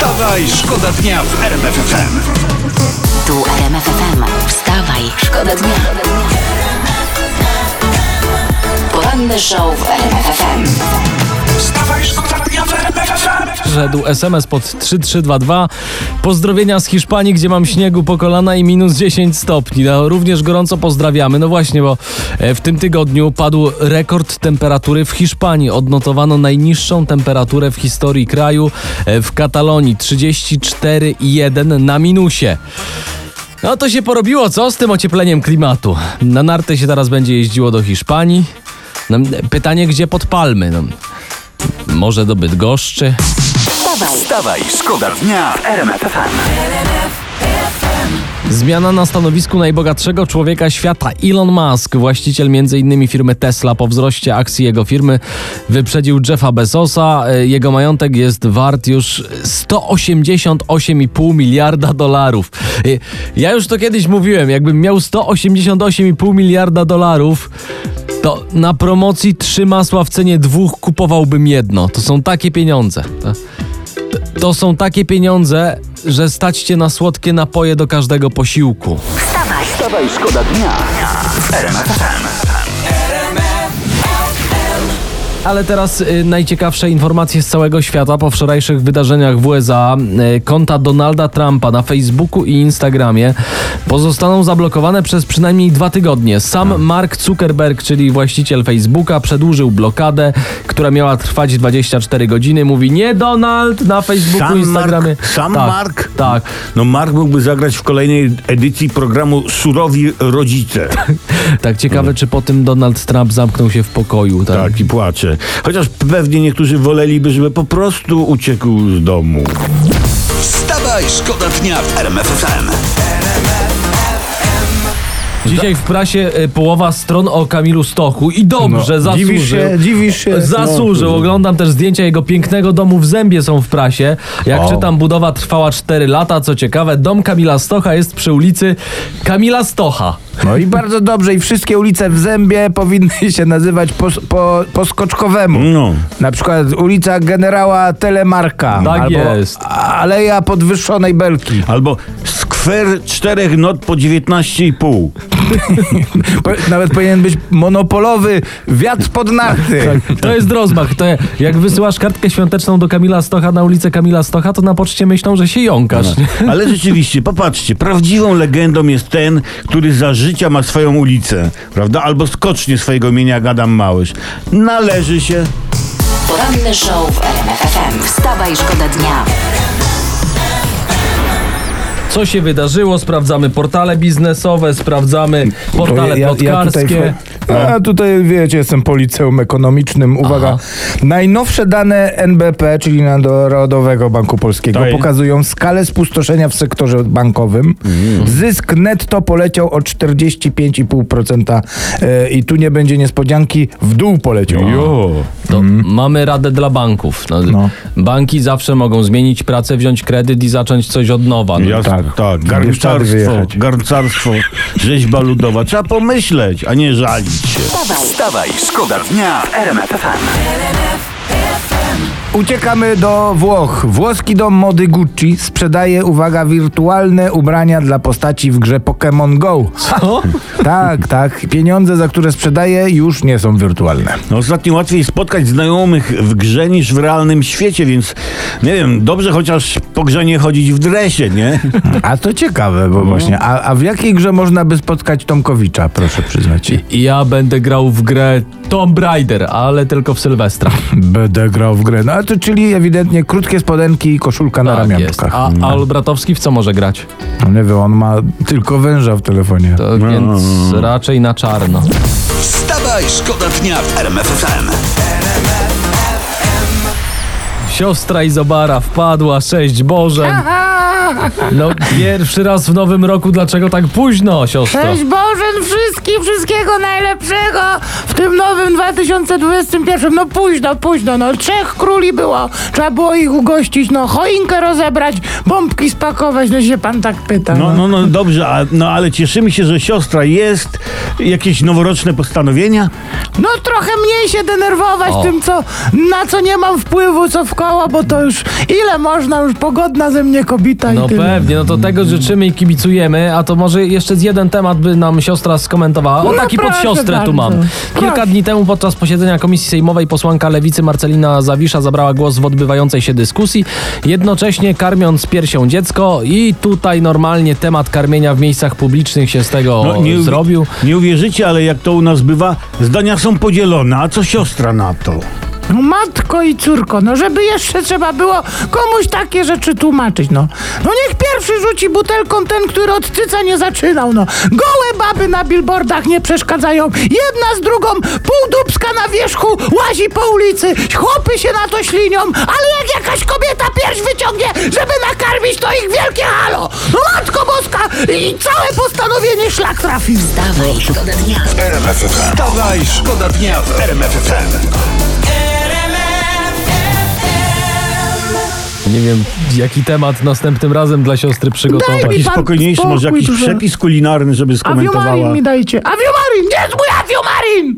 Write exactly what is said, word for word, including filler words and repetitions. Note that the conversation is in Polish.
Wstawaj, szkoda dnia w R M F F M. Tu R M F F M. Wstawaj, szkoda dnia. Poranny show w R M F F M. Wstawaj, szkoda dnia w R M F F M. Szedł es em es pod trzy trzy dwa dwa. Pozdrowienia z Hiszpanii, gdzie mam śniegu po kolana i minus dziesięć stopni. No, również gorąco pozdrawiamy. No właśnie, bo w tym tygodniu padł rekord temperatury w Hiszpanii. Odnotowano najniższą temperaturę w historii kraju w Katalonii. trzydzieści cztery i jeden na minusie. No to się porobiło, co z tym ociepleniem klimatu? Na narty się teraz będzie jeździło do Hiszpanii. No, pytanie, gdzie pod palmy? No, może do Bydgoszczy? Wstawaj, Wstawaj, szkoda dnia w R M F F M. Zmiana na stanowisku najbogatszego człowieka świata. Elon Musk, właściciel między innymi firmy Tesla, po wzroście akcji jego firmy wyprzedził Jeffa Bezosa. Jego majątek jest wart już sto osiemdziesiąt osiem i pół miliarda dolarów. Ja już to kiedyś mówiłem, jakbym miał sto osiemdziesiąt osiem i pół miliarda dolarów, to na promocji trzy masła w cenie dwóch kupowałbym jedno. To są takie pieniądze. To, to są takie pieniądze, że stać cię na słodkie napoje do każdego posiłku. wstawaj, Wstawaj, szkoda dnia w R M F F M. Ale teraz y, najciekawsze informacje z całego świata po wczorajszych wydarzeniach w U S A. Y, konta Donalda Trumpa na Facebooku i Instagramie pozostaną zablokowane przez przynajmniej dwa tygodnie. Sam Mark Zuckerberg, czyli właściciel Facebooka, przedłużył blokadę, która miała trwać dwadzieścia cztery godziny. Mówi: nie Donald na Facebooku i Sam Instagramie. Mark? Sam tak, Mark? Tak. No Mark mógłby zagrać w kolejnej edycji programu Surowi Rodzice. Tak, ciekawe, czy po tym Donald Trump zamknął się w pokoju. Tak, Tak, i płacze. Chociaż pewnie niektórzy woleliby, żeby po prostu uciekł z domu. Wstawaj, szkoda dnia w R M F F M. Dzisiaj w prasie y, połowa stron o Kamilu Stochu i dobrze, No, zasłużył. dziwisz się, dziwisz się. Zasłużył. No, Oglądam też zdjęcia jego pięknego domu w Zębie są w prasie. Jak O. czytam, budowa trwała cztery lata. Co ciekawe, dom Kamila Stocha jest przy ulicy Kamila Stocha. No i bardzo dobrze. I wszystkie ulice w Zębie powinny się nazywać po, po, po skoczkowemu. No. Na przykład ulica Generała Telemarka. Tak albo jest. Aleja Podwyższonej Belki. Albo skwer czterech not po dziewiętnaście i pół. Po, nawet powinien być monopolowy wiatr pod narty. To jest rozmach. To jak wysyłasz kartkę świąteczną do Kamila Stocha na ulicę Kamila Stocha, to na poczcie myślą, że się jąkasz. Nie? Ale rzeczywiście, popatrzcie, prawdziwą legendą jest ten, który za życia ma swoją ulicę, prawda? Albo skocznie swojego imienia jak Adam Małysz. Należy się. poranny show w R M F F M. Wstawaj, szkoda dnia. Co się wydarzyło? Sprawdzamy portale biznesowe, sprawdzamy portale Ja- ja plotkarskie. tutaj, a tutaj wiecie, jestem po liceum ekonomicznym. Uwaga, Aha. najnowsze dane N B P, czyli Narodowego Banku Polskiego, Tak. pokazują skalę spustoszenia w sektorze bankowym. Zysk netto poleciał o czterdzieści pięć i pół procent e, i tu nie będzie niespodzianki, w dół poleciał. Jo. To mamy radę dla banków. No, No. Banki zawsze mogą zmienić pracę, wziąć kredyt i zacząć coś od nowa. No, Jasne, tak, tak. Garncarstwo, wyjechać. garncarstwo, rzeźba ludowa. Trzeba pomyśleć, a nie żalić się. Wstawaj, Wstawaj, szkoda dnia w R M F F M. Uciekamy do Włoch. Włoski dom mody Gucci sprzedaje, uwaga, wirtualne ubrania dla postaci w grze Pokémon Go. Co? Tak, tak. Pieniądze, za które sprzedaje, już nie są wirtualne. No, ostatnio łatwiej spotkać znajomych w grze niż w realnym świecie, więc nie wiem, dobrze chociaż po grze nie chodzić w dresie, nie? A to ciekawe, bo właśnie. A, a w jakiej grze można by spotkać Tomkowicza, proszę przyznać? I ja będę grał w grę Tomb Raider, ale tylko w Sylwestra. Będę grał w grę. No ale to czyli ewidentnie krótkie spodenki i koszulka na Tak jest. ramionczkach. A, a Olbratowski w co może grać? No nie wiem, on ma tylko węża w telefonie. To więc raczej na czarno. Wstawaj, szkoda dnia w R M F F M. Siostra Izobara wpadła, sześć Boże. No pierwszy raz w nowym roku, dlaczego tak późno, siostro? Cześć Boże, wszystkim, wszystkiego najlepszego w tym nowym dwa tysiące dwudziestym pierwszym. No późno, późno, no trzech króli było. Trzeba było ich ugościć, no choinkę rozebrać, bombki spakować, no się pan tak pyta. No, no, no dobrze, a, no ale cieszymy się, że siostra jest. Jakieś noworoczne postanowienia? No trochę mniej się denerwować O. tym, co, na co nie mam wpływu, co w koło, bo to już ile można, już pogodna ze mnie kobita No i tyle. pewnie, no to tego życzymy i kibicujemy, a to może jeszcze z jeden temat by nam siostra skomentowała. O, No taki pod proszę siostrę tu bardzo. mam. Kilka Proszę. dni temu podczas posiedzenia Komisji Sejmowej posłanka Lewicy Marcelina Zawisza zabrała głos w odbywającej się dyskusji, jednocześnie karmiąc piersią dziecko i tutaj normalnie temat karmienia w miejscach publicznych się z tego No, nie, zrobił. Nie uwierzycie, ale jak to u nas bywa, zdania są podzielone. A co siostra na to? No matko i córko, no żeby jeszcze trzeba było komuś takie rzeczy tłumaczyć, no. No niech pierwszy rzuci butelką ten, który od cyca nie zaczynał, no. Gołe baby na billboardach nie przeszkadzają. Jedna z drugą półdubska na wierzchu łazi po ulicy. Chłopy się na to ślinią, ale jak jakaś kobieta pierś wyciągnie, żeby nakarmić, to ich wielkie halo. No matko boska i całe postanowienie szlak trafił. Wstawaj, szkoda dnia. R M F F M. Wstawaj, szkoda dnia w R M F F M. Nie wiem, jaki temat następnym razem dla siostry przygotować. Daj mi Jakiś pan spokojniejszy, może spokój jakiś trochę. przepis kulinarny, żeby Awiumarin skomentowała. mi dajcie. Awiumarin! Gdzie jest mój awiumarin?